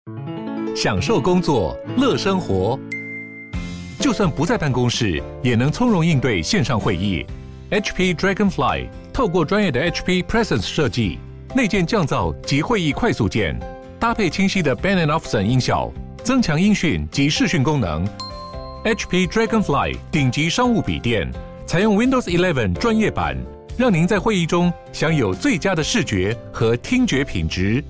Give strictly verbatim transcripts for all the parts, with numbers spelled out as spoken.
享受工作，乐生活。就算不在办公室，也能从容应对线上会议。H P Dragonfly 透过专业的 H P Presence 设计，内建降噪及会议快速键，搭配清晰的 Bang and Olufsen 音效，增强音讯及视讯功能。H P Dragonfly 顶级商务笔电，采用 Windows 十一专业版，让您在会议中享有最佳的视觉和听觉品质。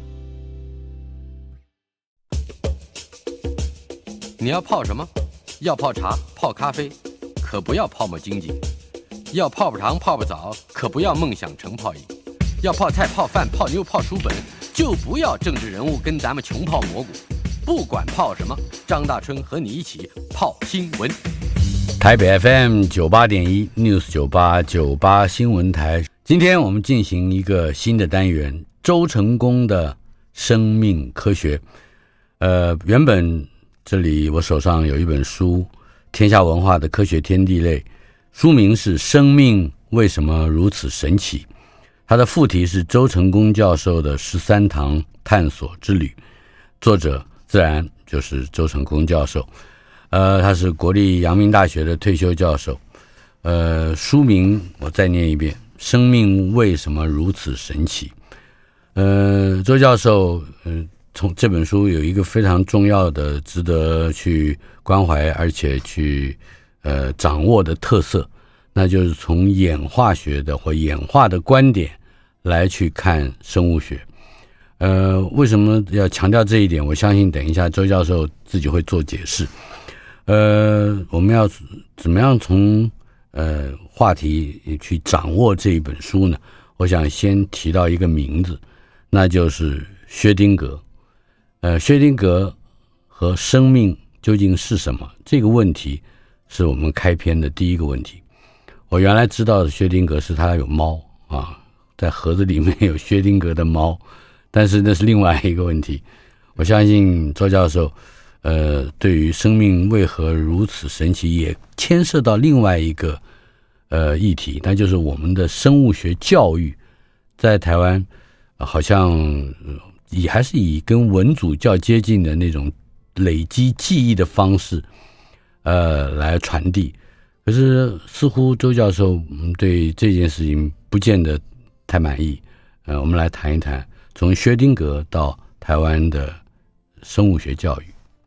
你要泡什么？要泡茶、泡咖啡，可不要泡沫经济；要泡泡糖、泡泡澡，可不要梦想成泡影；要泡菜、泡饭、泡妞、泡书本，就不要政治人物跟咱们穷泡蘑菇。不管泡什么，张大春和你一起泡新闻。台北 F M 九八点一 News 九八九八新闻台，今天我们进行一个新的单元——周成功的生命科学。呃，原本这里我手上有一本书，天下文化的科学天地类，书名是《生命为什么如此神奇》，它的副题是周成功教授的十三堂探索之旅，作者自然就是周成功教授。呃，他是国立阳明大学的退休教授。呃，书名我再念一遍：生命为什么如此神奇？呃，周教授，嗯、呃，从这本书有一个非常重要的、值得去关怀而且去呃掌握的特色，那就是从演化学的或演化的观点来去看生物学。呃，为什么要强调这一点？我相信等一下周教授自己会做解释。呃，我们要怎么样从呃话题去掌握这一本书呢？我想先提到一个名字，那就是薛丁格。呃，薛丁格和生命究竟是什么？这个问题是我们开篇的第一个问题。我原来知道的薛丁格是他有猫啊，在盒子里面有薛丁格的猫，但是那是另外一个问题。我相信周教授呃，对于生命为何如此神奇，也牵涉到另外一个呃议题，那就是我们的生物学教育在台湾、呃、好像、呃、以还是以跟文组较接近的那种累积记忆的方式呃来传递。可是似乎周教授、嗯、对这件事情不见得太满意。呃，我们来谈一谈从薛丁格到台湾的生物学教育。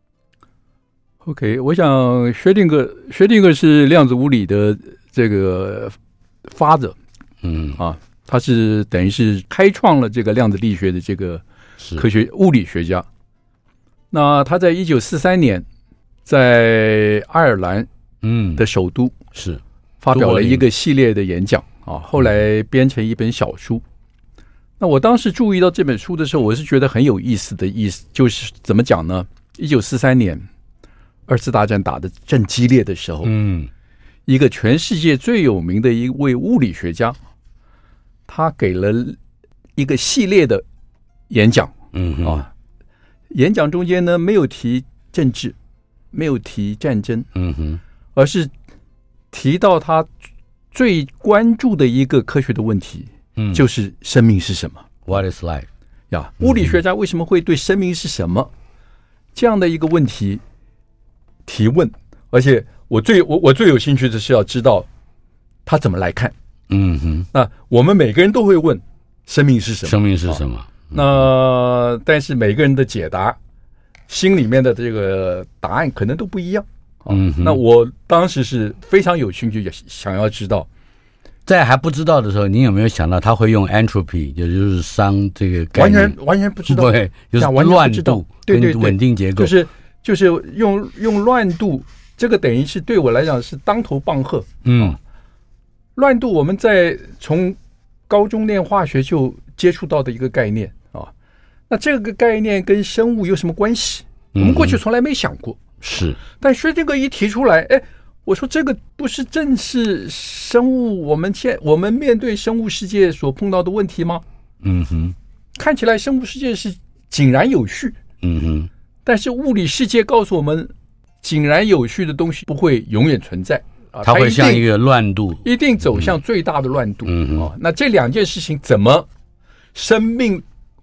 OK， 我想薛定谔，薛定谔是量子物理的这个发者，嗯啊，他是等于是开创了这个量子力学的这个科学物理学家。那他在一九四三年在爱尔兰嗯的首都是发表了一个系列的演讲啊，后来编成一本小书。那我当时注意到这本书的时候，我是觉得很有意思的意思，就是怎么讲呢？一九四三年。二次大战打得正激烈的时候，嗯，一个全世界最有名的一位物理学家，他给了一个系列的演讲，嗯啊，演讲中间呢没有提政治，没有提战争，嗯哼，而是提到他最关注的一个科学的问题，嗯，就是生命是什么 ？What is life？ 呀，物理学家为什么会对生命是什么这样的一个问题提问？而且我最我我最有兴趣的是要知道他怎么来看。嗯哼，那我们每个人都会问生命是什么？ 生命是什么？ 嗯、那但是每个人的解答，心里面的这个答案可能都不一样。嗯，那我当时是非常有兴趣，也想要知道。 在还不知道的时候，您有没有想到他会用 entropy， 也就是熵这个概念？ 完全完全不知道， 对，就是乱度跟稳定结构， 对对对，就是就是用用乱度，这个等于是对我来讲是当头棒喝。嗯，哦、乱度我们在从高中念化学就接触到的一个概念啊、哦，那这个概念跟生物有什么关系？我们过去从来没想过。 嗯、是， 但薛定谔一提出来，哎。我说这个不是正是生物我们现我们面对生物世界所碰到的问题吗？嗯哼，看起来生物世界是井然有序，嗯哼，但是物理世界告诉我们，井然有序的东西不会永远存在， 啊、它会像一个乱度， 一定走向最大的乱度。嗯哼、哦，那这两件事情怎么生命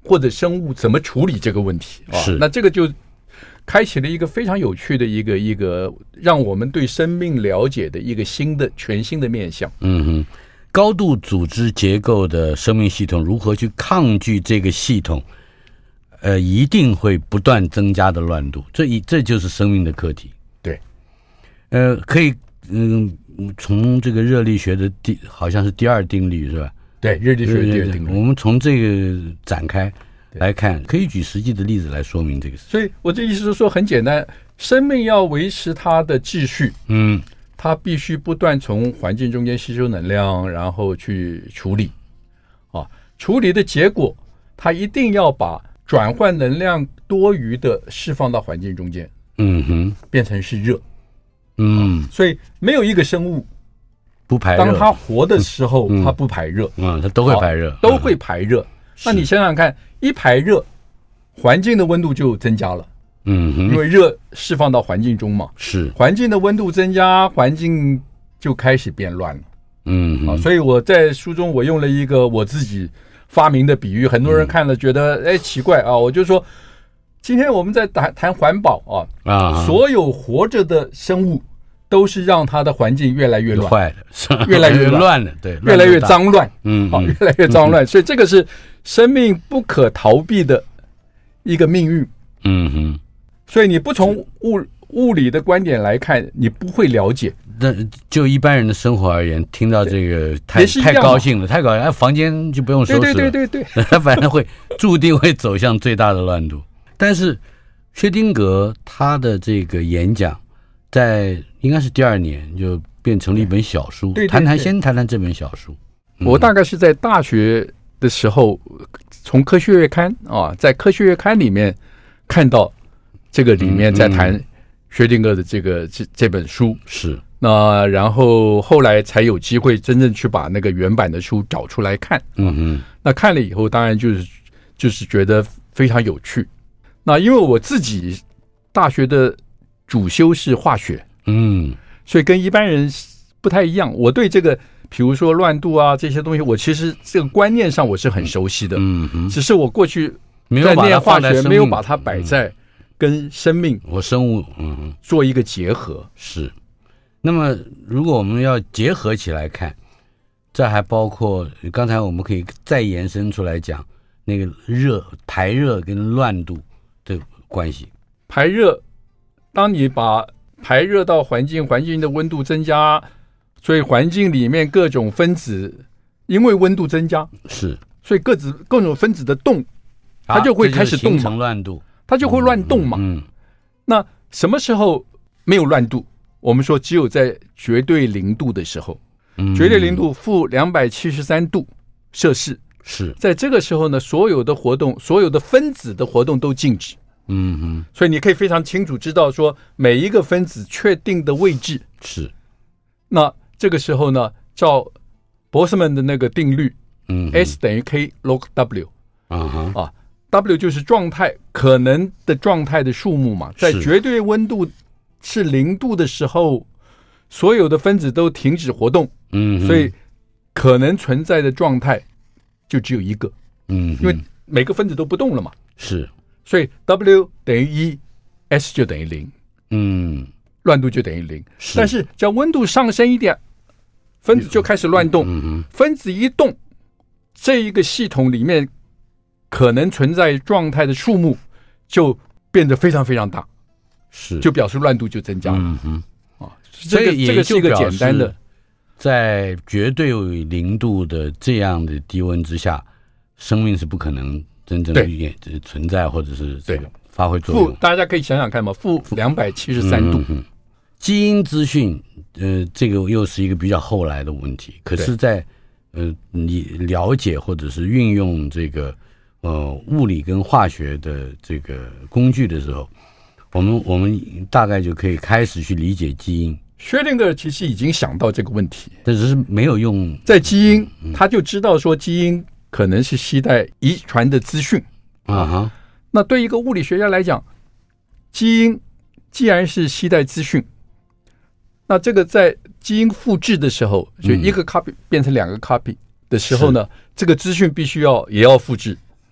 或者生物怎么处理这个问题啊？ 是， 那这个就开启了一个非常有趣的一个一个让我们对生命了解的一个新的全新的面向。 嗯哼，高度组织结构的生命系统如何去抗拒这个系统？呃，一定会不断增加的乱度，这一这就是生命的课题。 对， 呃，可以，嗯，从这个热力学的第好像是第二定律是吧？ 对，热力学的第二定律， 我们从这个展开来看，可以举实际的例子来说明这个事。 所以我这意思是说很简单，生命要维持它的秩序， 嗯， 它必须不断从环境中间吸收能量，然后去处理，啊，处理的结果，它一定要把转换能量多余的释放到环境中间， 嗯哼， 变成是热， 嗯， 所以没有一个生物不排热， 当它活的时候， 嗯、 它不排热， 嗯，它都会排热， 都会排热。那你想想看，一排热，环境的温度就增加了， 嗯哼， 因为热释放到环境中嘛， 是环境的温度增加，环境就开始变乱了， 嗯啊，所以我在书中我用了一个我自己发明的比喻，很多人看了觉得哎奇怪啊，我就说，今天我们在谈谈环保啊，啊，所有活着的生物都是让它的环境越来越乱， 坏的， 越来越乱了，对， 越来越脏乱， 嗯， 好，越来越脏乱，所以这个是生命不可逃避的一个命运， 嗯哼， 所以你不从物物理的观点来看，你不会了解。 那就一般人的生活而言，听到这个太太高兴了，太高兴了，房间就不用收拾了， 对对对对对， 反正会注定会走向最大的乱度。但是薛丁格他的这个演讲，在应该是第二年就变成了一本小书。 对对对对， 谈谈先谈谈这本小书。 嗯、我大概是在大学的时候，从科学月刊啊，在科学月刊里面看到这个里面在谈薛丁格的这个这这本书是。 那然后后来才有机会真正去把那个原版的书找出来看。 嗯哼， 那看了以后，当然就是就是觉得非常有趣。那因为我自己大学的主修是化学， 嗯， 所以跟一般人不太一样。我对这个，比如说乱度啊这些东西，我其实这个观念上我是很熟悉的。 嗯哼， 只是我过去在念化学，没有把它摆在跟生命或生物嗯做一个结合。 是。那么，如果我们要结合起来看，这还包括刚才我们可以再延伸出来讲那个热排热跟乱度的关系。 排热，当你把排热到环境，环境的温度增加，所以环境里面各种分子因为温度增加， 是， 所以各子各种分子的动，它就会开始动嘛， 形成乱度， 它就会乱动嘛。 嗯，嗯那什么时候没有乱度？我们说只有在绝对零度的时候， 嗯、 绝对零度负两百七十三度摄氏， 是在这个时候呢，所有的活动，所有的分子的活动都静止。 嗯哼， 所以你可以非常清楚知道说每一个分子确定的位置。 是， 那这个时候呢，照博斯曼的那个定律， 嗯 ，S 等于 K log W， 啊哈啊 ，W 就是状态可能的状态的数目嘛，在绝对温度是零度的时候，所有的分子都停止活动， 嗯， 所以可能存在的状态就只有一个， 嗯， 因为每个分子都不动了嘛， 是， 所以 W 等于一 ，S 就等于零， 嗯， 乱度就等于零，但是只要温度上升一点，分子就开始乱动， 嗯， 分子一动，这一个系统里面可能存在状态的数目就变得非常非常大。 是， 就表示乱度就增加了。 嗯哼， 啊，这个这个是一个简单的， 在绝对零度的这样的低温之下，生命是不可能真正存在或者是这个发挥作用。 大家可以想想看嘛，负两百七十三度。 嗯嗯、基因资讯，呃，这个又是一个比较后来的问题。可是在，在呃，你了解或者是运用这个呃物理跟化学的这个工具的时候。我们我们大概就可以开始去理解基因。 薛定谔其实已经想到这个问题， 但只是没有用在基因，他就知道说基因可能是携带遗传的资讯啊哈。 那对一个物理学家来讲，基因既然是携带资讯，那这个在基因复制的时候，就一个 copy 变成两个 copy 的时候呢，这个资讯必须要也要复制。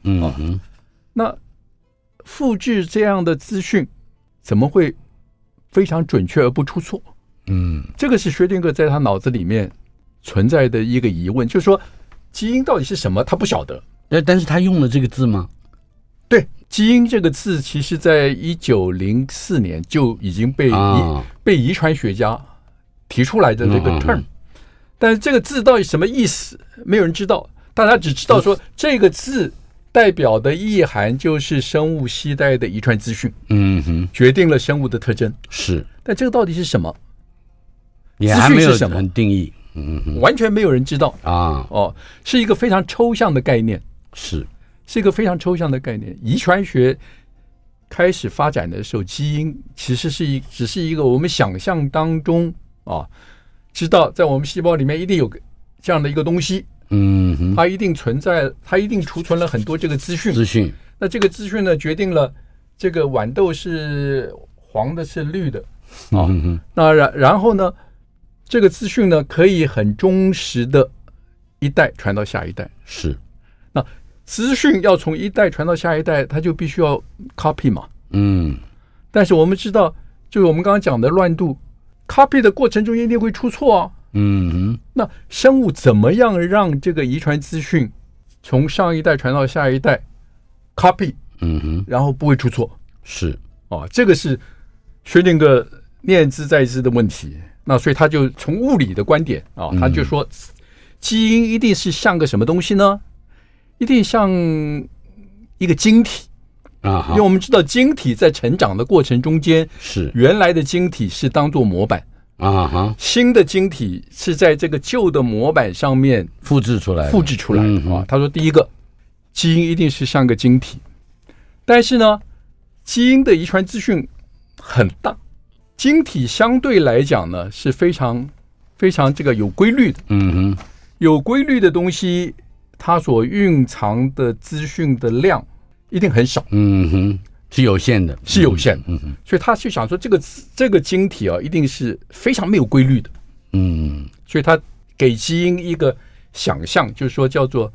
嗯哼、 啊，那复制这样的资讯怎么会非常准确而不出错？ 嗯， 这个是薛定谔在他脑子里面存在的一个疑问，就是说基因到底是什么，他不晓得。 但但是他用了这个字吗？ 对，基因这个字，其实在一九零四年就已经被、啊、被遗传学家提出来的这个 term，、嗯、但是这个字到底什么意思，没有人知道。大家只知道说这个字代表的意涵就是生物携带的遗传资讯， 嗯哼， 决定了生物的特征。 是， 但这个到底是什么？ 也还没有很定义， 嗯哼，完全没有人知道啊。 哦，是一个非常抽象的概念， 是， 是一个非常抽象的概念。遗传学开始发展的时候，基因其实是一只是一个我们想象当中啊，知道在我们细胞里面一定有这样的一个东西。 嗯哼， 它一定存在，它一定储存了很多这个资讯。 资讯， 那这个资讯呢，决定了这个豌豆是黄的，是绿的啊。 嗯哼， 那然然后呢，这个资讯呢，可以很忠实的一代传到下一代。 是， 那资讯要从一代传到下一代，它就必须要 copy 嘛。 嗯， 但是我们知道，就是我们刚刚讲的乱度 ，copy 的过程中一定会出错啊。 嗯哼， 那生物怎么样让这个遗传资讯从上一代传到下一代 copy， 嗯哼， 然后不会出错？ 是啊，这个是薛定谔念兹在兹的问题。那所以他就从物理的观点啊，他就说，基因一定是像个什么东西呢？一定像一个晶体啊， 因为我们知道晶体在成长的过程中间， 是原来的晶体是当作模板。 啊哈， 新的晶体是在这个旧的模板上面复制出来， 复制出来的、 嗯、 啊。他说，第一个，基因一定是像个晶体，但是呢，基因的遗传资讯很大，晶体相对来讲呢是非常非常这个有规律的。 嗯哼， 有规律的东西，它所蕴藏的资讯的量一定很少。 嗯哼。是有限的， 是有限的， 嗯嗯， 所以他就想说，这个这个晶体啊，一定是非常没有规律的， 嗯， 所以他给基因一个想象，就是说叫做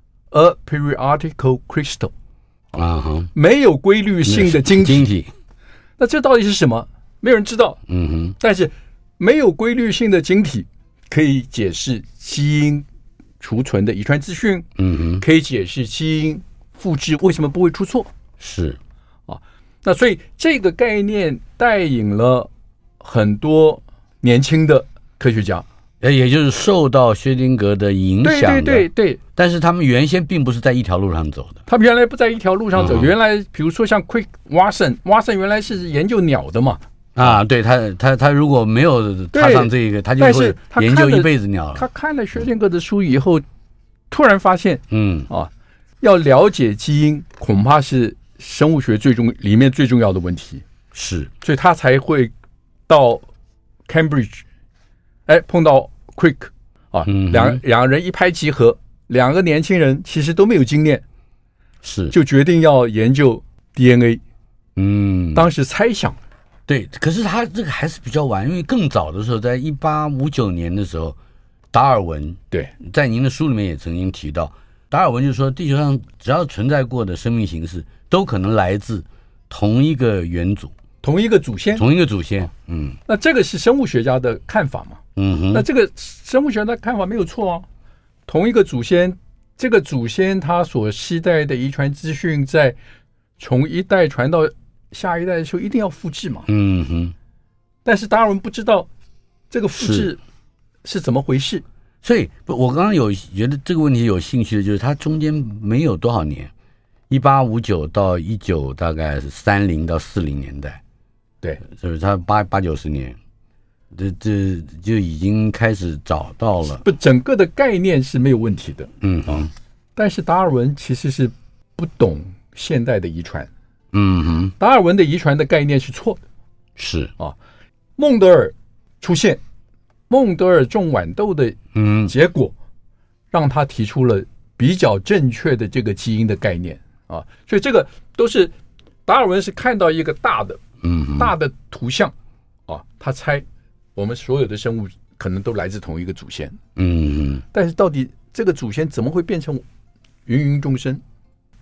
a periodical crystal 啊哈， 没有规律性的晶体。 晶体， 那这到底是什么？没有人知道。 嗯哼， 但是没有规律性的晶体可以解释基因储存的遗传资讯， 嗯哼， 可以解释基因复制为什么不会出错。 是。 那所以这个概念带引了很多年轻的科学家， 也就是受到薛定谔的影响的。 对对对对。 但是他们原先并不是在一条路上走的， 他们原来不在一条路上走。 嗯、 原来比如说像 Crick Watson Watson 原来是研究鸟的嘛。 啊，对他他他如果没有踏上这个，他就会研究一辈子鸟了。 他看了薛定谔的书以后，突然发现， 嗯啊，要了解基因，恐怕是生物学最重里面最重要的问题。 是， 所以他才会到 Cambridge， 哎，碰到 Crick 啊， 嗯、 两两人一拍即合，两个年轻人其实都没有经验， 是， 就决定要研究 D N A。 嗯， 当时猜想。 对，可是他这个还是比较晚，因为更早的时候，在一八五九年的时候，达尔文对， 在您的书里面也曾经提到，达尔文就说，地球上只要存在过的生命形式，都可能来自同一个元祖， 同一个祖先， 同一个祖先。嗯， 那这个是生物学家的看法嘛？ 嗯哼， 那这个生物学家的看法没有错啊。同一个祖先，这个祖先他所携带的遗传资讯，在从一代传到下一代的时候一定要复制嘛。 嗯哼， 但是达尔文不知道这个复制是怎么回事， 所以我刚刚有觉得这个问题有兴趣的就是它中间没有多少年，一八五九到一九大概是三零到四零年代， 对， 就是他八八九十年，这这就已经开始找到了。 不，整个的概念是没有问题的。 嗯哼， 但是达尔文其实是不懂现代的遗传。 嗯哼， 达尔文的遗传的概念是错的。 是啊，孟德尔出现，孟德尔种豌豆的结果，让他提出了比较正确的这个基因的概念啊。所以这个都是达尔文是看到一个大的， 嗯， 大的图像啊，他猜我们所有的生物可能都来自同一个祖先。 嗯， 但是到底这个祖先怎么会变成芸芸众生？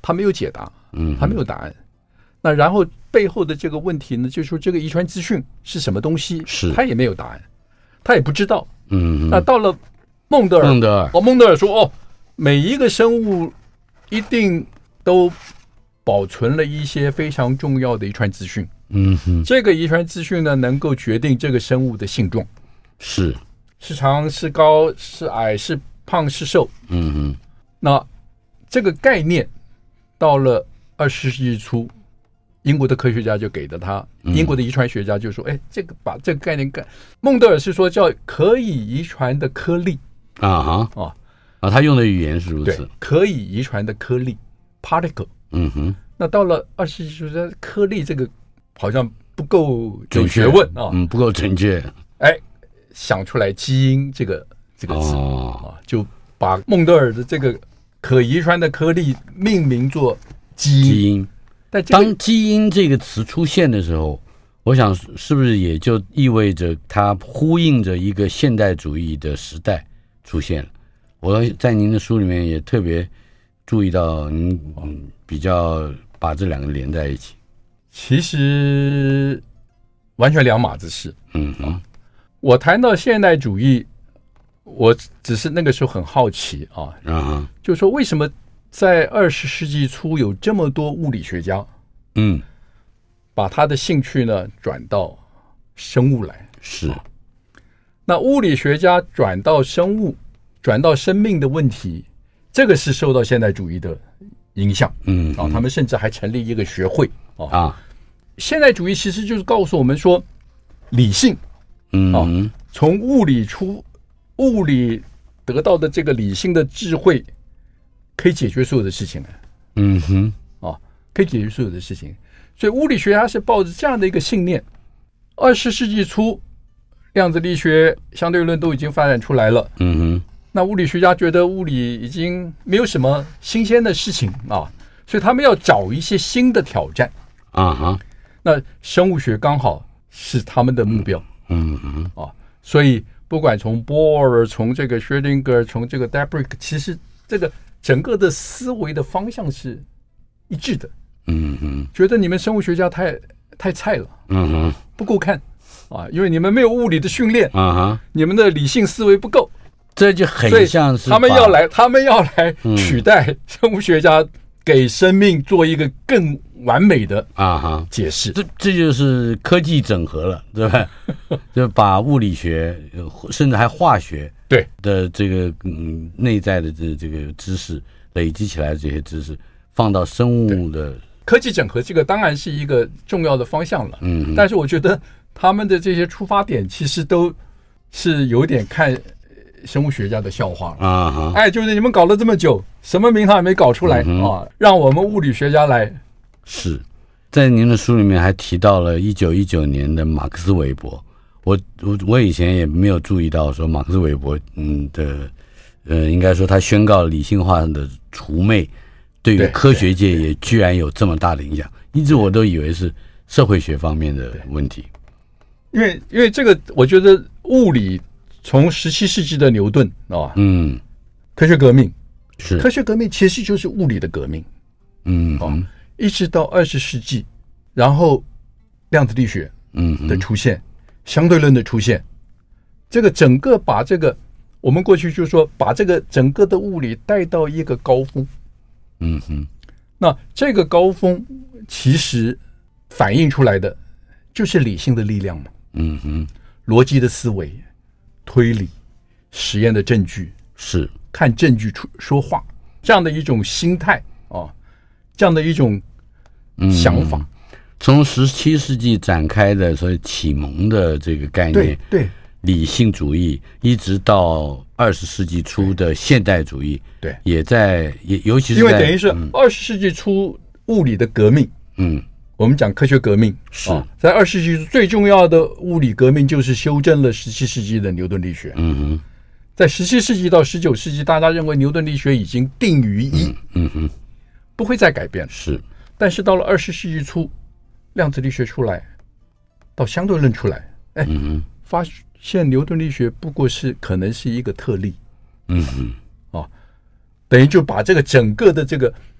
他没有解答， 嗯， 他没有答案。那然后背后的这个问题呢，就是说这个遗传资讯是什么东西， 是他也没有答案，他也不知道。 嗯， 那到了孟德尔， 孟德尔， 哦，孟德尔说，哦，每一个生物一定都保存了一些非常重要的遗传资讯。 嗯哼， 这个遗传资讯呢，能够决定这个生物的性状， 是是长是高是矮是胖是瘦。 嗯哼， 那这个概念到了二十世纪初，英国的科学家就给了他，英国的遗传学家就说：“哎，这个把这个概念概，孟德尔是说叫可以遗传的颗粒啊哈啊啊，他用的语言是如对此，， 可以遗传的颗粒 particle。 嗯哼， 那到了二十世纪初，颗粒这个好像不够有准确学问啊， 嗯，不够准确， 哎，想出来基因这个这个字、 哦， 啊，就把孟德尔的这个可遗传的颗粒命名作基因。 基因。 但这个当基因这个词出现的时候，我想是不是也就意味着它呼应着一个现代主义的时代出现了？我在您的书里面也特别注意到，您嗯比较把这两个连在一起。 其实完全两码子事。 嗯哼， 我谈到现代主义，我只是那个时候很好奇啊， 啊哈， 就是说为什么在二十世纪初有这么多物理学家嗯， 把他的兴趣呢转到生物来？ 是， 那物理学家转到生物，转到生命的问题，这个是受到现代主义的影响。 嗯啊，他们甚至还成立一个学会啊。 啊， 现代主义其实就是告诉我们说，理性嗯， 从物理出物理得到的这个理性的智慧，可以解决所有的事情嗯哼， 啊，可以解决所有的事情。所以物理学家是抱着这样的一个信念。二十世纪初，量子力学、相对论都已经发展出来了。 嗯哼， 那物理学家觉得物理已经没有什么新鲜的事情啊，所以他们要找一些新的挑战。 啊哈， 那生物学刚好是他们的目标。 嗯哼， 啊，所以不管从波尔、从这个薛定谔、从这个 Debrick， 其实这个整个的思维的方向是一致的。 嗯哼， 觉得你们生物学家太太菜了， 嗯哼， 不够看啊，因为你们没有物理的训练， 啊哈， 你们的理性思维不够， 这就所以很像是他们把要来，他们要来取代生物学家，给生命做一个更完美的啊哈解释。 这这就是科技整合了，对吧？就把物理学，呃甚至还化学对的这个嗯内在的这这个知识累积起来的这些知识，放到生物的科技整合这个当然是一个重要的方向了， 嗯， 但是我觉得他们的这些出发点其实都是有点看生物学家的笑话了。 啊哈， 哎，就是你们搞了这么久，什么名堂也没搞出来、 嗯、 啊，让我们物理学家来。 是在您的书里面还提到了一九一九年的马克思韦伯，我我我以前也没有注意到说马克思韦伯嗯的呃，应该说他宣告理性化的除魅。对于科学界也居然有这么大的影响，一直我都以为是社会学方面的问题。 因为因为这个，我觉得物理从十七世纪的牛顿啊， 嗯， 科学革命是科学革命，其实就是物理的革命， 嗯哦，一直到二十世纪，然后量子力学嗯的出现，相对论的出现，这个整个把这个我们过去就说把这个整个的物理带到一个高峰。 嗯哼， 那这个高峰其实反映出来的就是理性的力量嘛， 嗯哼， 逻辑的思维、推理、实验的证据， 是看证据出说话，这样的一种心态啊，这样的一种想法。 嗯、从十七世纪展开的所谓启蒙的这个概念， 对对， 理性主义，一直到二十世纪初的现代主义， 对， 也在也尤其是因为等于是二十世纪初物理的革命， 嗯， 我们讲科学革命是、 啊、在二十世纪最重要的物理革命就是修正了十七世纪的牛顿力学。 嗯哼， 在十七世纪到十九世纪，大家认为牛顿力学已经定于一， 嗯，嗯哼， 不会再改变。 是， 但是到了二十世纪初，量子力学出来，到相对论出来，哎， 嗯哼， 发现牛顿力学不过是可能是一个特例。 嗯哼， 啊，等于就把这个整个的这个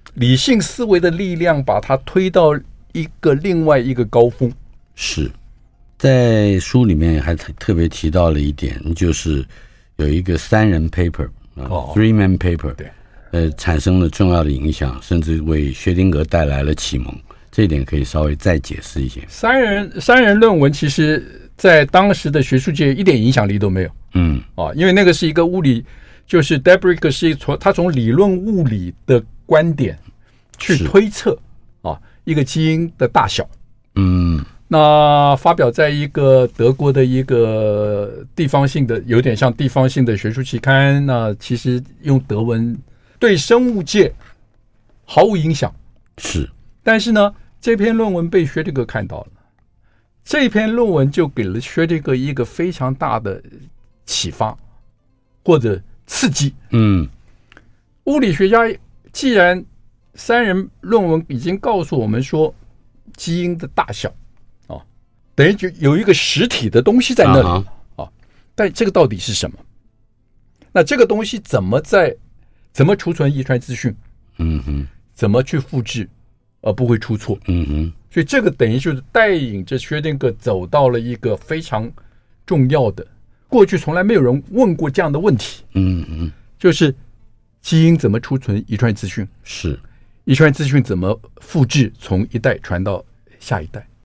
理性思维的力量把它推到一个另外一个高峰。 是在书里面还特别提到了一点，就是有一个三人 paper 啊、哦、，three man paper， 对， 呃，产生了重要的影响，甚至为薛定谔带来了启蒙。这一点可以稍微再解释一些。 三人三人论文其实在当时的学术界一点影响力都没有。嗯，啊，因为那个是一个物理，就是 Debrek 是从他从理论物理的观点去推测啊一个基因的大小。嗯，那发表在一个德国的一个地方性的，有点像地方性的学术期刊。那其实用德文对生物界毫无影响。 是， 但是呢，这篇论文被薛定谔看到了，这篇论文就给了薛定谔一个非常大的启发或者刺激。嗯，物理学家既然三人论文已经告诉我们说基因的大小啊，等于就有一个实体的东西在那里啊，啊，但这个到底是什么？那这个东西怎么在怎么储存遗传资讯？嗯哼，怎么去复制而不会出错？嗯哼，所以这个等于就是带领着薛定谔走到了一个非常重要的，过去从来没有人问过这样的问题。嗯嗯，就是基因怎么储存遗传资讯？ 是遗传资讯怎么复制，从一代传到下一代？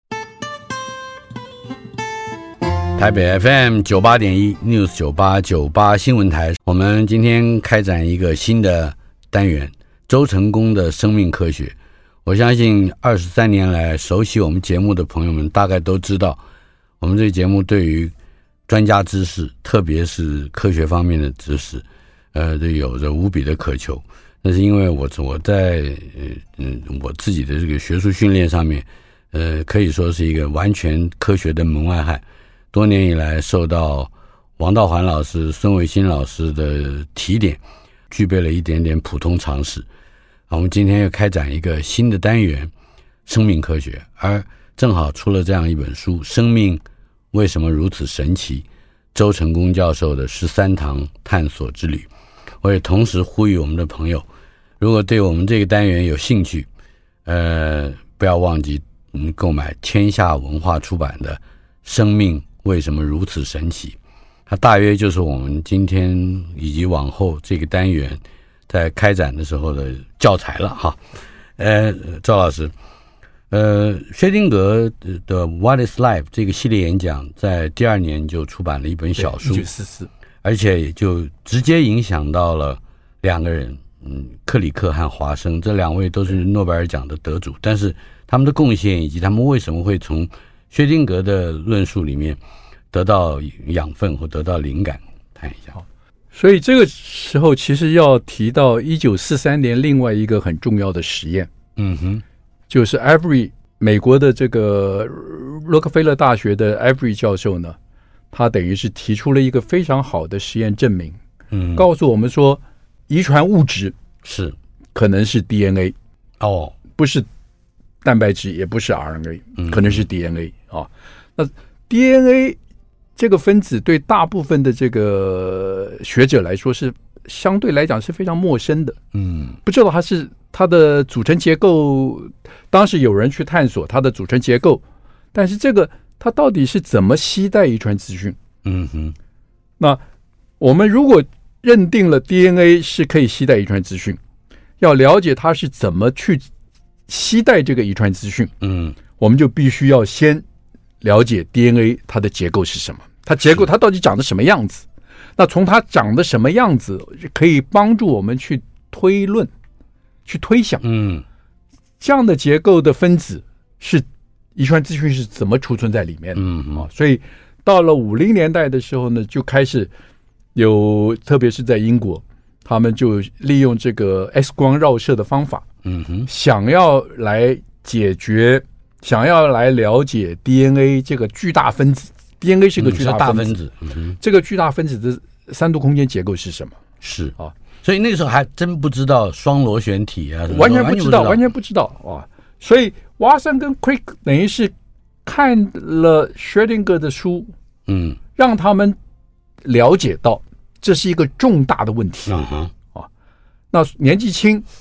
台北 F M 九八点一 News 九八九八新闻台，我们今天开展一个新的单元——周成功的生命科学。我相信二十三年来熟悉我们节目的朋友们大概都知道，我们这个节目对于专家知识，特别是科学方面的知识，呃，有着无比的渴求。那是因为我我在嗯我自己的这个学术训练上面，呃，可以说是一个完全科学的门外汉。多年以来受到王道环老师、孙维新老师的提点，具备了一点点普通常识。我们今天又开展一个新的单元——生命科学，而正好出了这样一本书《生命为什么如此神奇》，周成功教授的十三堂探索之旅。我也同时呼吁我们的朋友，如果对我们这个单元有兴趣，呃，不要忘记嗯购买天下文化出版的《生命为什么如此神奇》，它大约就是我们今天以及往后这个单元在开展的时候的教材了哈。呃，赵老师，呃，薛定谔的 What is Life 这个系列演讲在第二年就出版了一本小书， 一九四四， 而且也就直接影响到了两个人，嗯，克里克和华生，这两位都是诺贝尔奖的得主，但是他们的贡献以及他们为什么会从薛定谔的论述里面得到养分或得到灵感，谈一下。 所以这个时候其实要提到一九四三年另外一个很重要的实验，嗯哼，就是 Avery 美国的这个洛克菲勒大学的 Avery 教授呢，他等于是提出了一个非常好的实验证明，嗯，告诉我们说遗传物质是可能是 D N A 哦， 不是蛋白质，也不是 R N A，嗯，可能是 D N A 啊。那 D N A这个分子对大部分的这个学者来说是相对来讲是非常陌生的，嗯，不知道它是它的组成结构。当时有人去探索它的组成结构，但是这个它到底是怎么携带遗传资讯？嗯哼，那我们如果认定了 D N A 是可以携带遗传资讯，要了解它是怎么去携带这个遗传资讯，嗯，我们就必须要先了解 D N A 它的结构是什么，它结构它到底长得什么样子？那从它长得什么样子，可以帮助我们去推论、去推想，嗯，这样的结构的分子是遗传资讯是怎么储存在里面的？嗯嗯、哦，所以到了五零年代的时候呢，就开始有，特别是在英国，他们就利用这个 X 光绕射的方法，嗯哼，想要来解决。想要来了解 D N A 这个巨大分子 ，D N A 是个巨大分子，嗯、分子这个巨大分子的三度空间结构是什么？ 是啊，所以那个时候还真不知道双螺旋体啊， 完全不知道，完全不知道啊。所以瓦森跟 Crick 等于是看了薛定谔的书，嗯，让他们了解到这是一个重大的问题，嗯、啊。那年纪轻，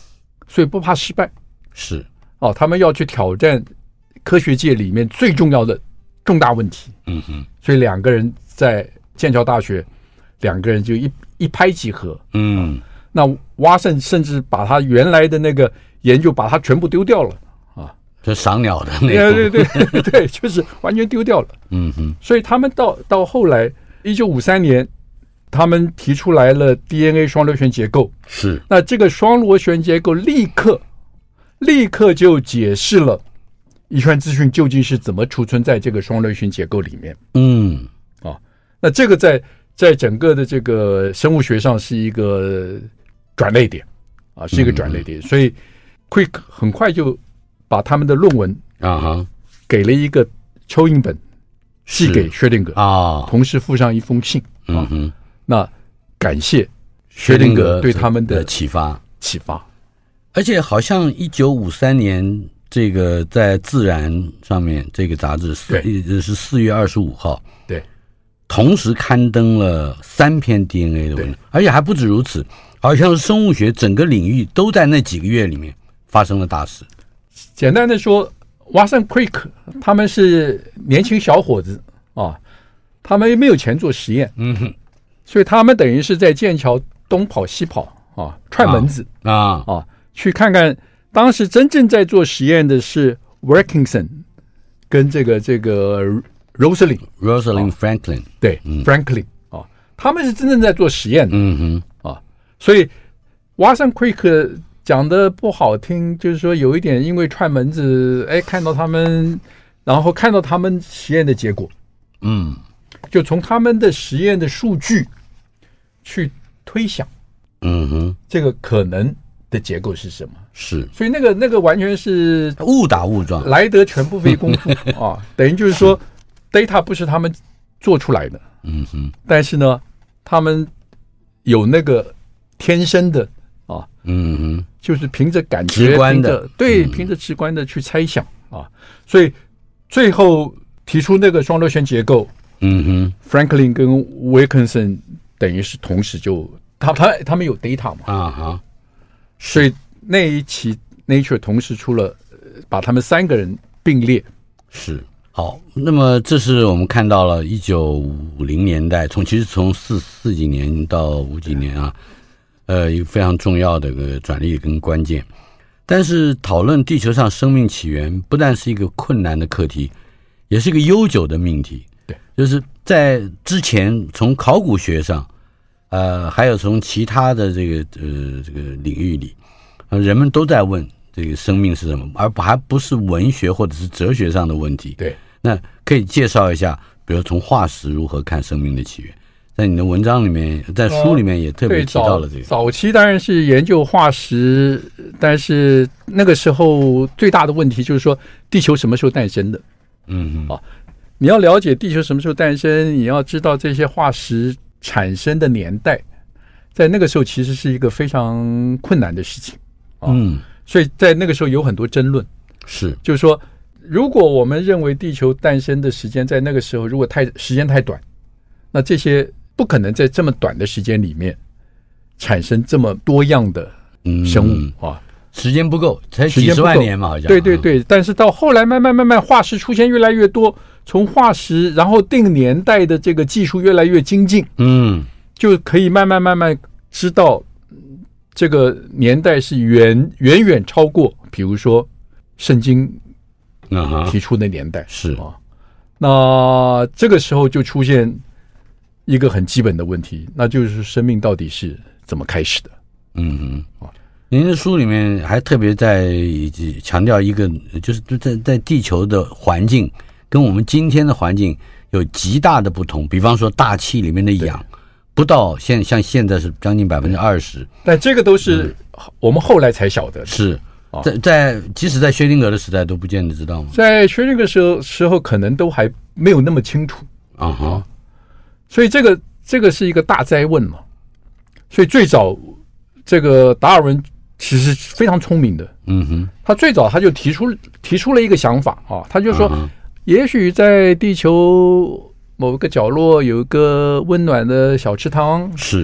所以不怕失败。 是哦，他们要去挑战科学界里面最重要的重大问题。 嗯哼， 所以两个人在剑桥大学，两个人就一一拍即合。 嗯， 啊、那蛙甚甚至把他原来的那个研究把它全部丢掉了啊， 就赏鸟的那个，对对对对，就是完全丢掉了。 嗯哼， 所以他们到到后来，一九五三年，他们提出来了 D N A 双螺旋结构。 是， 那这个双螺旋结构立刻立刻就解释了遗传资讯究竟是怎么储存在这个双螺旋结构里面。 嗯， 啊，那这个在在整个的这个生物学上是一个转捩点啊，是一个转捩点。嗯、所以 Crick 很快就把他们的论文啊哈给了一个抽印本，寄给薛定谔啊， 同时附上一封信。 嗯哼， 那感谢薛定谔对他们的启发启发。 而且好像一九五三年，这个在《自然》上面这个杂志是是四月二十五号， 对， 同时刊登了三篇 D N A 的文章，而且还不止如此，好像是生物学整个领域都在那几个月里面发生了大事。 简单的说，瓦森 Crick 他们是年轻小伙子啊，他们没有钱做实验， 嗯哼， 所以他们等于是在剑桥东跑西跑啊，串门子啊 啊, 啊，去看看当时真正在做实验的是 Wilkinson 跟这个这个 Rosalind Rosalind Franklin， 对、嗯、Franklin 啊，他们是真正在做实验的， 嗯哼啊，所以瓦森 Crick 讲的不好听，就是说有一点因为串门子，哎，看到他们，然后看到他们实验的结果， 嗯， 就从他们的实验的数据去推想， 嗯哼， 这个可能的结构是什么？ 是， 所以那个那个完全是误打误撞， 来得全不费功夫啊，等于就是说 data 不是他们做出来的， 嗯哼， 但是呢，他们有那个天生的啊， 嗯哼， 就是凭着感觉， 直观的， 对， 嗯、 凭着直观的去猜想啊，所以最后提出那个双螺旋结构， 嗯哼 ，Franklin 跟 Wilkinson 等于是同时就他他他们有 data 嘛， 啊哈， 所以那一期 Nature 同时出了，把他们三个人并列， 是。好，那么这是我们看到了一九五零年代，从其实从四四几年到五几年啊，呃，一个非常重要的一个转捩跟关键。但是讨论地球上生命起源，不但是一个困难的课题，也是一个悠久的命题。 对， 就是在之前从考古学上，呃，还有从其他的这个呃这个领域里，呃，人们都在问这个生命是什么，而还不是文学或者是哲学上的问题。 对。 那可以介绍一下，比如从化石如何看生命的起源，在你的文章里面，在书里面也特别提到了这个。 呃、早, 早期当然是研究化石，但是那个时候最大的问题就是说，地球什么时候诞生的？ 嗯嗯。 啊，你要了解地球什么时候诞生，你要知道这些化石产生的年代，在那个时候其实是一个非常困难的事情。啊、 嗯。 所以在那个时候有很多争论。 是， 就是说。如果我们认为地球诞生的时间在那个时候如果太时间太短，那这些不可能在这么短的时间里面产生这么多样的生物、嗯、啊， 时间不够，才几十万年嘛，好像。 对对对，但是到后来慢慢慢慢化石出现越来越多，从化石然后定年代的这个技术越来越精进， 嗯， 就可以慢慢慢慢知道这个年代是远远远超过，比如说圣经。提出的年代、 uh-huh, 是啊，那这个时候就出现一个很基本的问题，那就是生命到底是怎么开始的？ 嗯嗯，您的书里面还特别在强调一个，就是在在地球的环境跟我们今天的环境有极大的不同，比方说大气里面的氧不到现像现在是将近百分之二十， 但这个都是我们后来才晓得的， 是。在在即使在薛定谔的时代都不见得知道吗？ 在薛定谔时候时候可能都还没有那么清楚啊哈、uh-huh. 所以这个这个是一个大哉问嘛。所以最早这个达尔文其实非常聪明的， 嗯哼， 他最早他就提出提出了一个想法啊，他就说， uh-huh. 也许在地球某个角落有一个温暖的小池塘， 是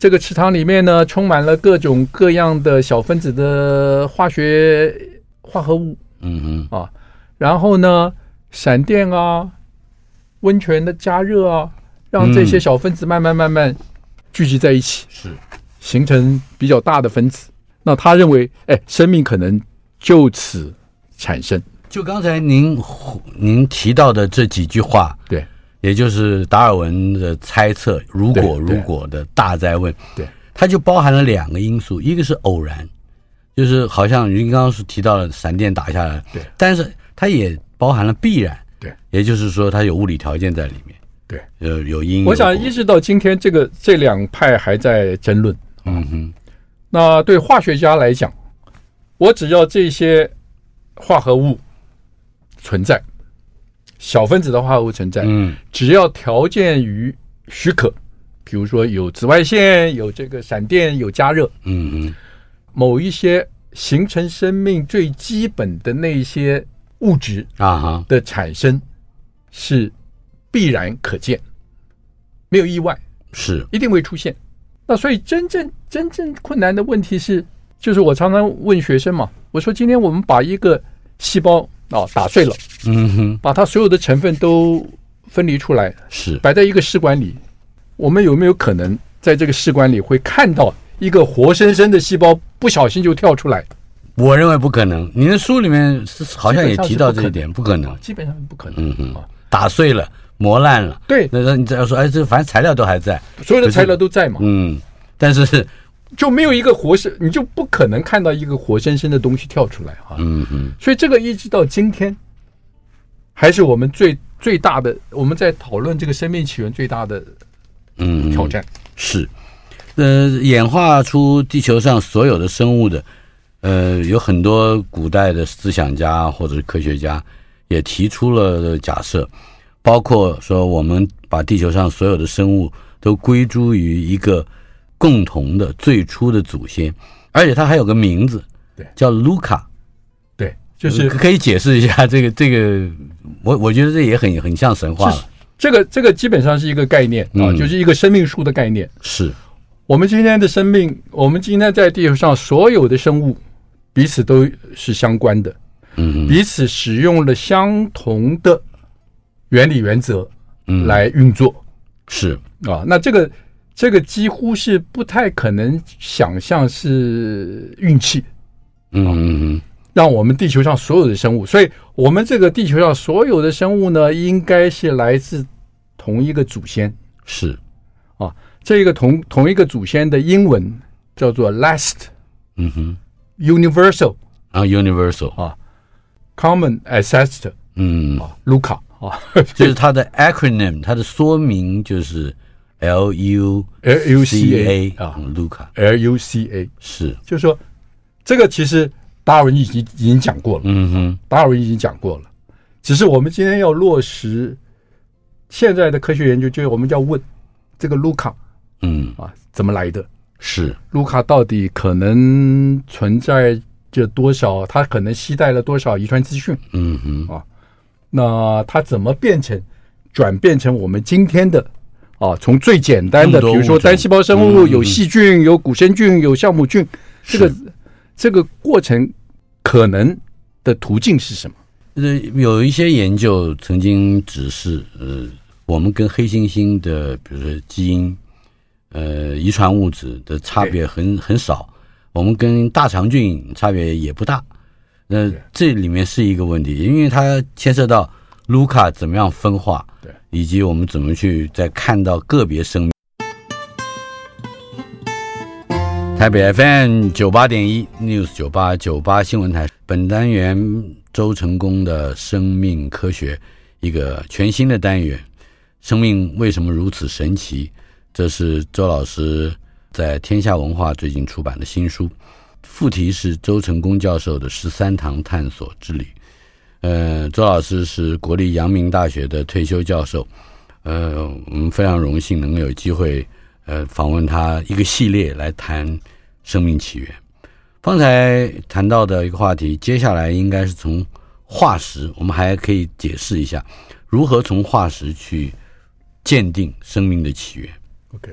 这个池塘里面呢，充满了各种各样的小分子的化学化合物， 嗯哼啊，然后呢，闪电啊，温泉的加热啊，让这些小分子慢慢慢慢聚集在一起， 是形成比较大的分子。那他认为，哎，生命可能就此产生。 就刚才您您提到的这几句话， 对， 也就是达尔文的猜测，如果如果的大灾问， 对， 它就包含了两个因素，一个是偶然，就是好像您刚刚是提到了闪电打下来， 对， 但是它也包含了必然， 对， 也就是说它有物理条件在里面， 对， 呃，有因有果。 我想一直到今天，这个这两派还在争论。 嗯哼， 那对化学家来讲，我只要这些化合物存在，小分子的化合物存在， 嗯， 只要条件于许可，比如说有紫外线、有这个闪电、有加热， 嗯嗯， 某一些形成生命最基本的那些物质啊哈的产生是必然可见，没有意外， 是一定会出现。那所以真正真正困难的问题是，就是我常常问学生嘛，我说今天我们把一个细胞啊打碎了， 嗯哼， 把它所有的成分都分离出来， 是摆在一个试管里，我们有没有可能在这个试管里会看到一个活生生的细胞不小心就跳出来？ 我认为不可能。您的书里面好像也提到这一点，不可能， 基本上不可能。 嗯哼，打碎了，磨烂了， 对， 那那你只要说，哎，这反正材料都还在， 所有的材料都在嘛， 嗯，但是就没有一个活生，你就不可能看到一个活生生的东西跳出来啊。 嗯哼， 所以这个一直到今天，还是我们最最大的，我们在讨论这个生命起源最大的嗯挑战。 是，呃，演化出地球上所有的生物的，呃，有很多古代的思想家或者是科学家也提出了假设，包括说我们把地球上所有的生物都归诸于一个共同的最初的祖先，而且它还有个名字， 对， 叫卢卡。 对，就是可以解释一下这个这个，我我觉得这也很很像神话了。 这个这个基本上是一个概念啊， 嗯、 就是一个生命树的概念。 是我们今天的生命，我们今天在地球上所有的生物彼此都是相关的， 嗯， 彼此使用了相同的原理原则来运作。 嗯、是啊，那这个这个几乎是不太可能想象是运气。 嗯嗯嗯。 让我们地球上所有的生物，所以我们这个地球上所有的生物呢，应该是来自同一个祖先。 是啊，这个同同一个祖先的英文叫做 last， 嗯哼 ，universal 啊 ，universal 啊 ，common ancestor， 嗯啊，卢卡啊， 就是它的 acronym， 它的缩名就是 L U L U C A 啊，卢卡 L U C A 是， 就是说这个其实达尔文已经已经讲过了， 嗯哼， 达尔文已经讲过了，只是我们今天要落实现在的科学研究，就是我们要问这个卢卡， 嗯啊，怎么来的？ 是卢卡到底可能存在着多少？它可能携带了多少遗传资讯？ 嗯哼， 啊，那它怎么变成转变成我们今天的啊？从最简单的，比如说单细胞生物， 嗯、 有细菌、有古生菌、有酵母菌，这个这个过程可能的途径是什么？ 呃，有一些研究曾经指示，呃，我们跟黑猩猩的，比如说基因，呃，遗传物质的差别很很少，我们跟大肠菌差别也不大。那这里面是一个问题，因为它牵涉到卢卡怎么样分化， 对， 以及我们怎么去再看到个别生命。台北 F M 九八点一 News 九八九八新闻台，本单元周成功的生命科学，一个全新的单元，生命为什么如此神奇？这是周老师在天下文化最近出版的新书，副题是周成功教授的十三堂探索之旅。呃，周老师是国立阳明大学的退休教授，呃，我们非常荣幸能够有机会呃访问他一个系列来谈生命起源。方才谈到的一个话题，接下来应该是从化石，我们还可以解释一下如何从化石去鉴定生命的起源。 OK， 好，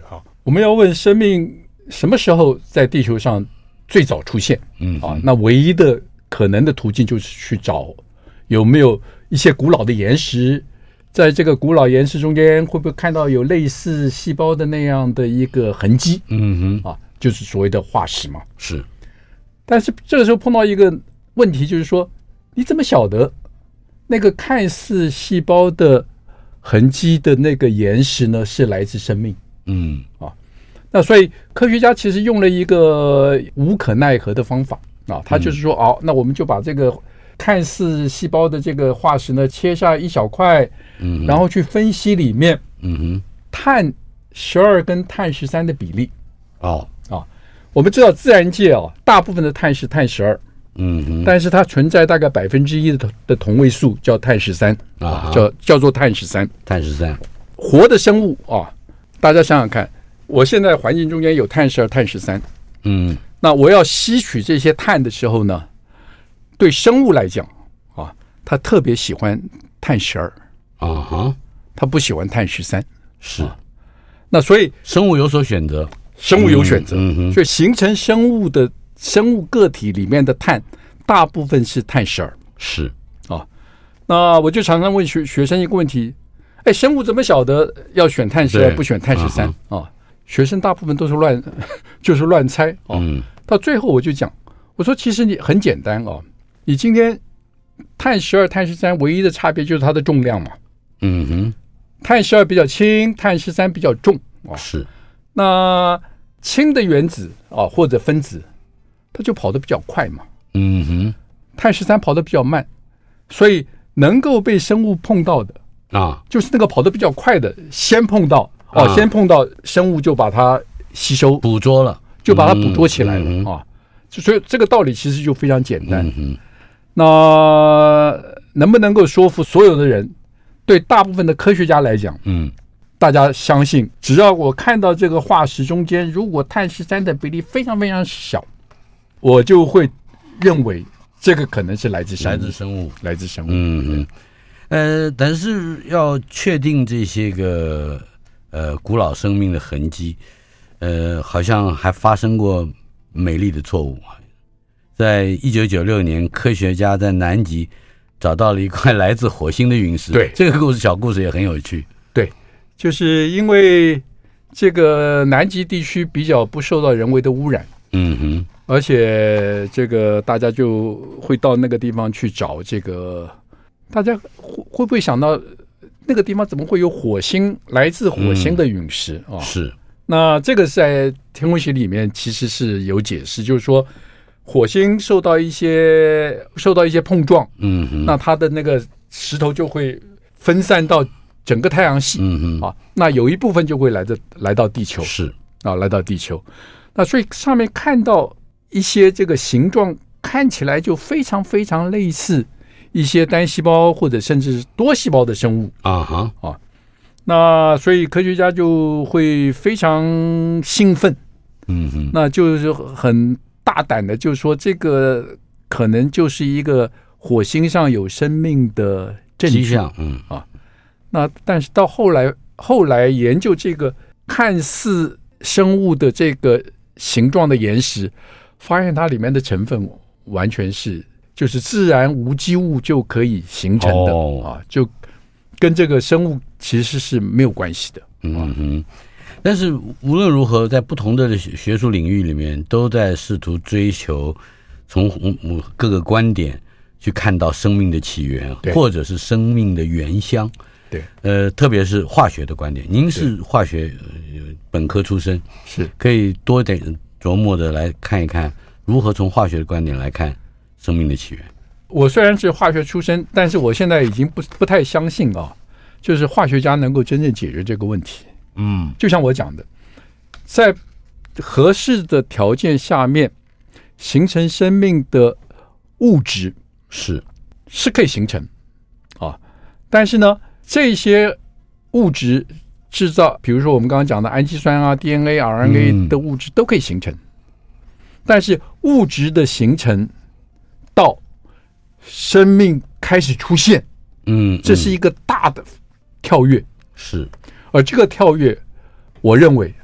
我们要问生命什么时候在地球上最早出现？嗯啊，那唯一的可能的途径就是去找有没有一些古老的岩石，在这个古老岩石中间会不会看到有类似细胞的那样的一个痕迹？嗯哼，啊，就是所谓的化石嘛。 是， 但是这个时候碰到一个问题，就是说你怎么晓得那个看似细胞的痕迹的那个岩石呢是来自生命？嗯啊，那所以科学家其实用了一个无可奈何的方法啊，他就是说，哦，那我们就把这个看似细胞的这个化石呢切下一小块，嗯，然后去分析里面，嗯哼，碳十二跟碳十三的比例。哦啊，我们知道自然界啊，大部分的碳是碳十二。嗯哼，但是它存在大概百分之一的的同位素叫碳十三啊，叫叫做碳十三。 碳十三， 活的生物啊，大家想想看，我现在环境中间有碳十二、碳十三，嗯，那我要吸取这些碳的时候呢，对生物来讲啊，它特别喜欢碳十二啊哈，它不喜欢碳十三， 是、啊。 那所以生物有所选择， 生物有选择， 嗯嗯、 所以形成生物的。生物个体里面的碳大部分是碳十二， 是啊。那我就常常问学学生一个问题：哎，生物怎么晓得要选碳十二不选碳十三啊？学生大部分都是乱，就是乱猜啊。嗯、到最后我就讲，我说其实你很简单啊，你今天碳十二、碳十三唯一的差别就是它的重量嘛。嗯哼，碳十二比较轻，碳十三比较重啊。 是， 那轻的原子啊或者分子。它就跑得比较快嘛，嗯哼，碳十三跑得比较慢，所以能够被生物碰到的啊，就是那个跑得比较快的先碰到哦，啊、先碰到生物就把它吸收捕捉了， 就把它捕捉起来了、嗯、啊，所以这个道理其实就非常简单。嗯、那能不能够说服所有的人？对大部分的科学家来讲，嗯，大家相信，只要我看到这个化石中间，如果碳十三的比例非常非常小。我就会认为这个可能是来自生物， 来自生物， 来自生物。 嗯嗯，呃，但是要确定这些个呃古老生命的痕迹，呃，好像还发生过美丽的错误。在一九九六年，科学家在南极找到了一块来自火星的陨石。 对， 这个故事小故事也很有趣。 对，就是因为这个南极地区比较不受到人为的污染。嗯哼。而且这个大家就会到那个地方去找这个，大家会会不会想到那个地方怎么会有火星来自火星的陨石啊、嗯哦？ 是， 那这个在天文学里面其实是有解释，就是说火星受到一些受到一些碰撞，嗯哼，那它的那个石头就会分散到整个太阳系，嗯哼啊，那有一部分就会来的来到地球， 是啊，来到地球，那所以上面看到。一些这个形状看起来就非常非常类似一些单细胞或者甚至是多细胞的生物啊哈啊，那所以科学家就会非常兴奋，嗯哼，那就是很大胆的，就是说这个可能就是一个火星上有生命的证据，嗯啊，那但是到后来后来研究这个看似生物的这个形状的岩石。发现它里面的成分完全是就是自然无机物就可以形成的、哦、啊，就跟这个生物其实是没有关系的。嗯哼，但是无论如何，在不同的学术领域里面，都在试图追求从各个观点去看到生命的起源，或者是生命的原乡。 对， 呃，特别是化学的观点。您是化学、呃、本科出身， 是可以多点。琢磨的来看一看如何从化学的观点来看生命的起源。 我虽然是化学出身，但是我现在已经不不太相信啊，就是化学家能够真正解决这个问题。嗯，就像我讲的，在合适的条件下面形成生命的物质是是可以形成啊，但是呢，这些物质。制造，比如说我们刚刚讲的氨基酸啊、D N A、R N A 的物质都可以形成，嗯、但是物质的形成到生命开始出现，嗯，这是一个大的跳跃， 是， 而这个跳跃，我认为，我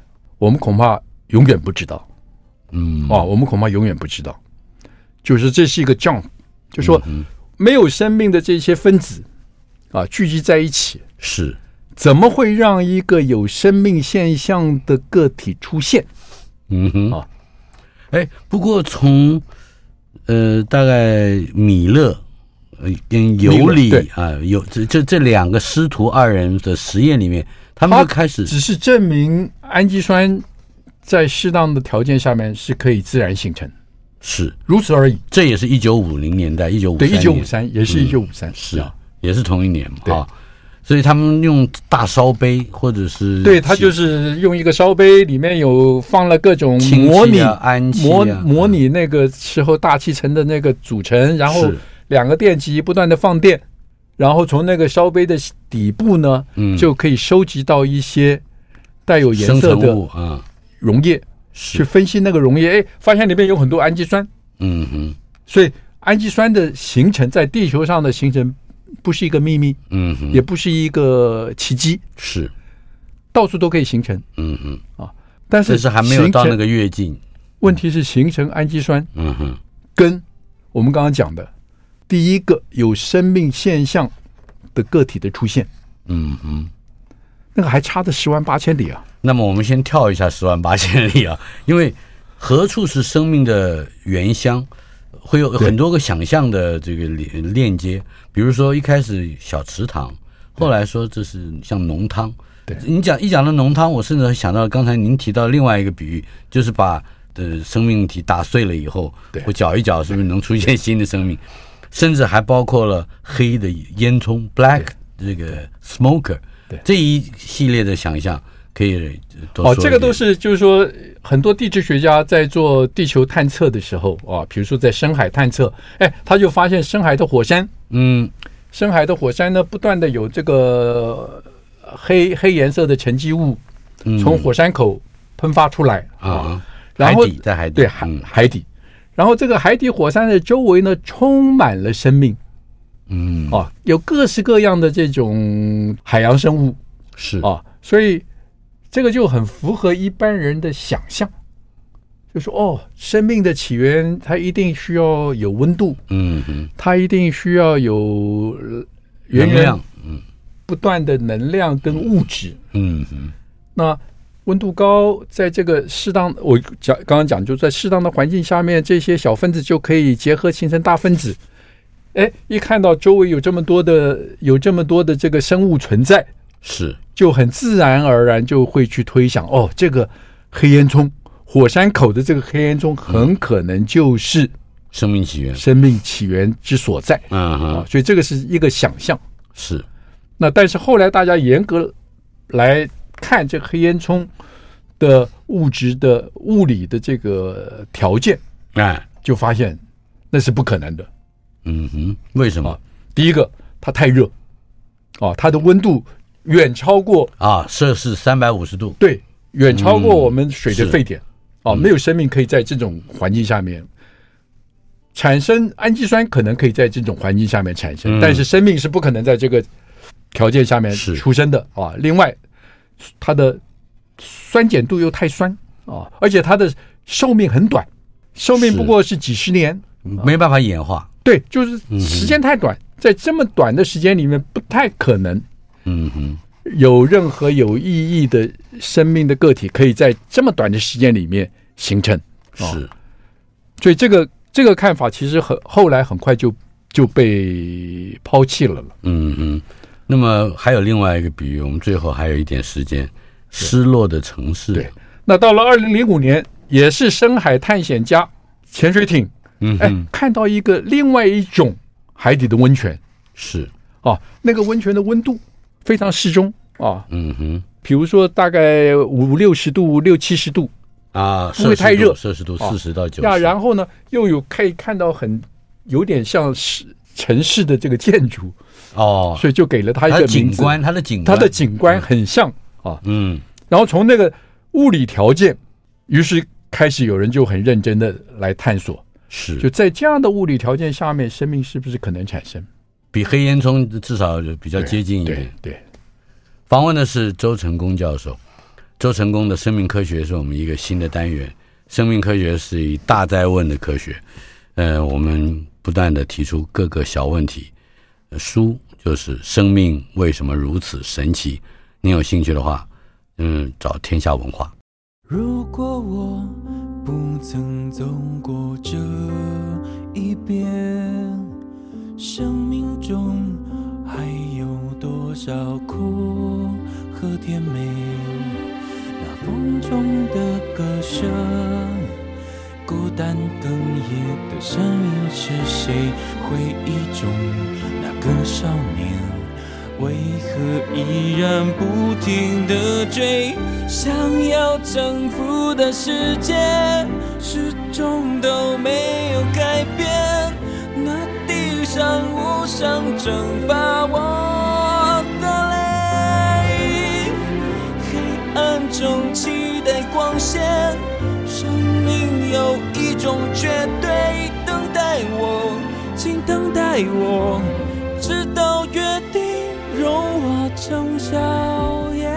我们恐怕永远不知道。 嗯， 啊，我们恐怕永远不知道，就是这是一个 jump， 就说没有生命的这些分子啊聚集在一起， 是怎么会让一个有生命现象的个体出现？ 嗯哼啊， 哎，不过从呃大概米勒呃跟尤里啊，有这这这两个师徒二人的实验里面，他们就开始只是证明氨基酸在适当的条件下面是可以自然形成， 是如此而已。 这也是一九五零年代，一九五对，一九五三也是一九五三， 是啊，也是同一年嘛， 对啊。所以他们用大烧杯，或者是对，他就是用一个烧杯，里面有放了各种模拟、 啊、氨气、 模模拟那个时候大气层的那个组成，然后两个电极不断的放电，然后从那个烧杯的底部呢，嗯、就可以收集到一些带有颜色的溶液，去分析那个溶液，哎，发现里面有很多氨基酸， 嗯哼， 所以氨基酸的形成在地球上的形成。不是一个秘密， 嗯哼， 也不是一个奇迹， 是到处都可以形成， 嗯哼啊，但是但是还没有到那个跃进。 问题是形成氨基酸， 嗯哼， 跟我们刚刚讲的第一个有生命现象的个体的出现， 嗯哼， 那个还差的十万八千里啊。 那么我们先跳一下十万八千里啊，因为何处是生命的原乡？会有很多个想象的这个链接，比如说一开始小池塘，后来说这是像浓汤。 对， 你讲一讲到浓汤，我甚至想到刚才您提到另外一个比喻，就是把的生命体打碎了以后，我搅一搅，是不是能出现新的生命？甚至还包括了黑的烟囱 （black） 这个 smoker， 这一系列的想象。可以哦，这个都是就是说，很多地质学家在做地球探测的时候啊，比如说在深海探测，哎，他就发现深海的火山， 嗯， 深海的火山呢，不断的有这个黑黑颜色的沉积物从火山口喷发出来、 嗯、啊， 然后海底在海底对海、嗯、海底，然后这个海底火山的周围呢，充满了生命， 嗯， 啊，有各式各样的这种海洋生物， 是啊，所以。这个就很符合一般人的想象，就说哦，生命的起源它一定需要有温度， 嗯哼， 它一定需要有源源不断的能量跟物质， 嗯哼。 那温度高，在这个适当，我讲刚刚讲，就在适当的环境下面，这些小分子就可以结合形成大分子。哎，一看到周围有这么多的有这么多的这个生物存在， 是。 就很自然而然就会去推想，哦，这个黑烟囱火山口的这个黑烟囱很可能就是生命起源， 生命起源之所在。 嗯哼、 啊，所以这个是一个想象。 是。 那但是后来大家严格来看这个黑烟囱的物质的物理的这个条件， 哎， 就发现那是不可能的。 嗯哼，为什么？ 啊、第一个，它太热，啊，它的温度。远超过啊，摄氏三百五十度， 对，远超过我们水的沸点， 嗯、 啊，没有生命可以在这种环境下面产生，氨基酸可能可以在这种环境下面产生，嗯、但是生命是不可能在这个条件下面出生的啊。另外，它的酸碱度又太酸啊，而且它的寿命很短，寿命不过是几十年， 没办法演化。 对，就是时间太短，嗯、在这么短的时间里面，不太可能。 嗯哼， 有任何有意义的生命的个体可以在这么短的时间里面形成， 是，哦、 所以这个这个看法其实很后来很快就就被抛弃了了。 嗯嗯，那么还有另外一个比喻，我们最后还有一点时间，失落的城市。 对，那到了二零零五年，也是深海探险家潜水艇， 嗯， 哎，看到一个另外一种海底的温泉， 是啊，那个温泉的温度。非常适中啊， 嗯哼， 比如说大概五六十度、六七十度啊， 不会太热， 摄氏度四十到九十、 啊。然后呢，又有可以看到很有点像是城市的这个建筑哦， 所以就给了它一个名字， 景观，它的景观，它的景观很像、 嗯、啊，嗯。 然后从那个物理条件，于是开始有人就很认真的来探索， 是就在这样的物理条件下面，生命是不是可能产生？ 比黑烟囱至少比较接近一点。 对，对对， 访问的是周成功教授。周周成功的生命科学是我们一个新的单元，生命科学是以大哉问的科学，呃，我们不断的提出各个小问题，呃、书就是生命为什么如此神奇，您有兴趣的话，嗯，找天下文化。 如果我不曾走过这一边，生命中还有多少苦和甜美？那风中的歌声，孤单哽咽的声音是谁？回忆中那个少年，为何依然不停地追？想要征服的世界，始终都没有改变。那地上无声蒸发我的泪，黑暗中期待光线。生命有一种绝对，等待我，请等待我，直到约定融化成笑颜。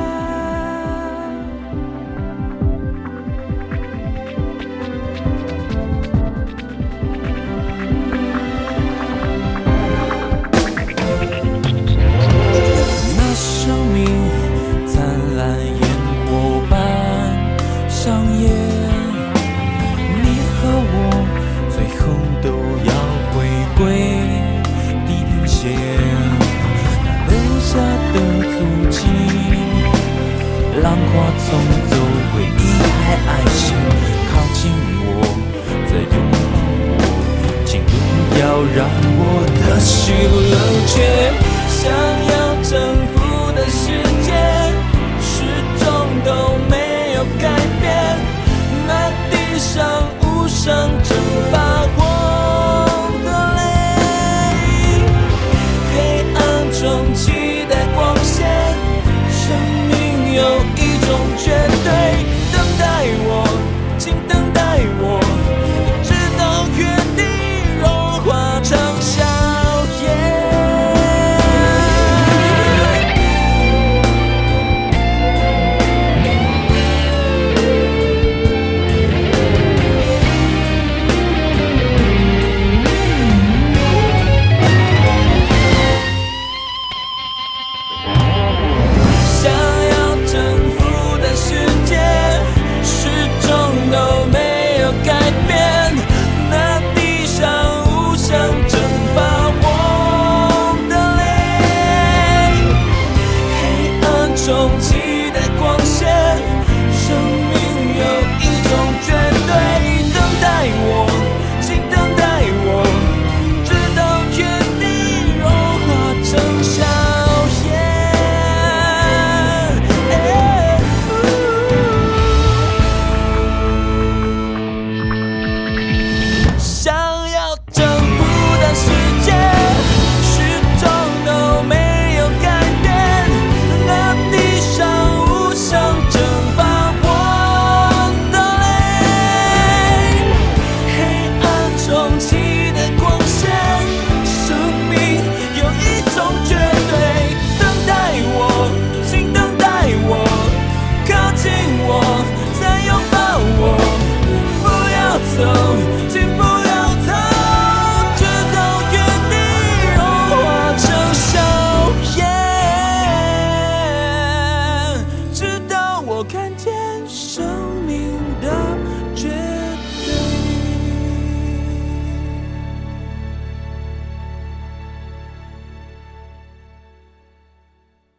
那生命灿烂烟火般上演，你和我最后都要回归地平线。的足迹，浪花冲走回忆还爱情，靠近我，再拥抱我，请不要让我的心冷却。想要征服的世界，始终都没有改变。那地上无声蒸发我的泪，黑暗中期待光线，生命有一种绝对，等待我，请等待我，直到约定融化成笑颜。中期待光线。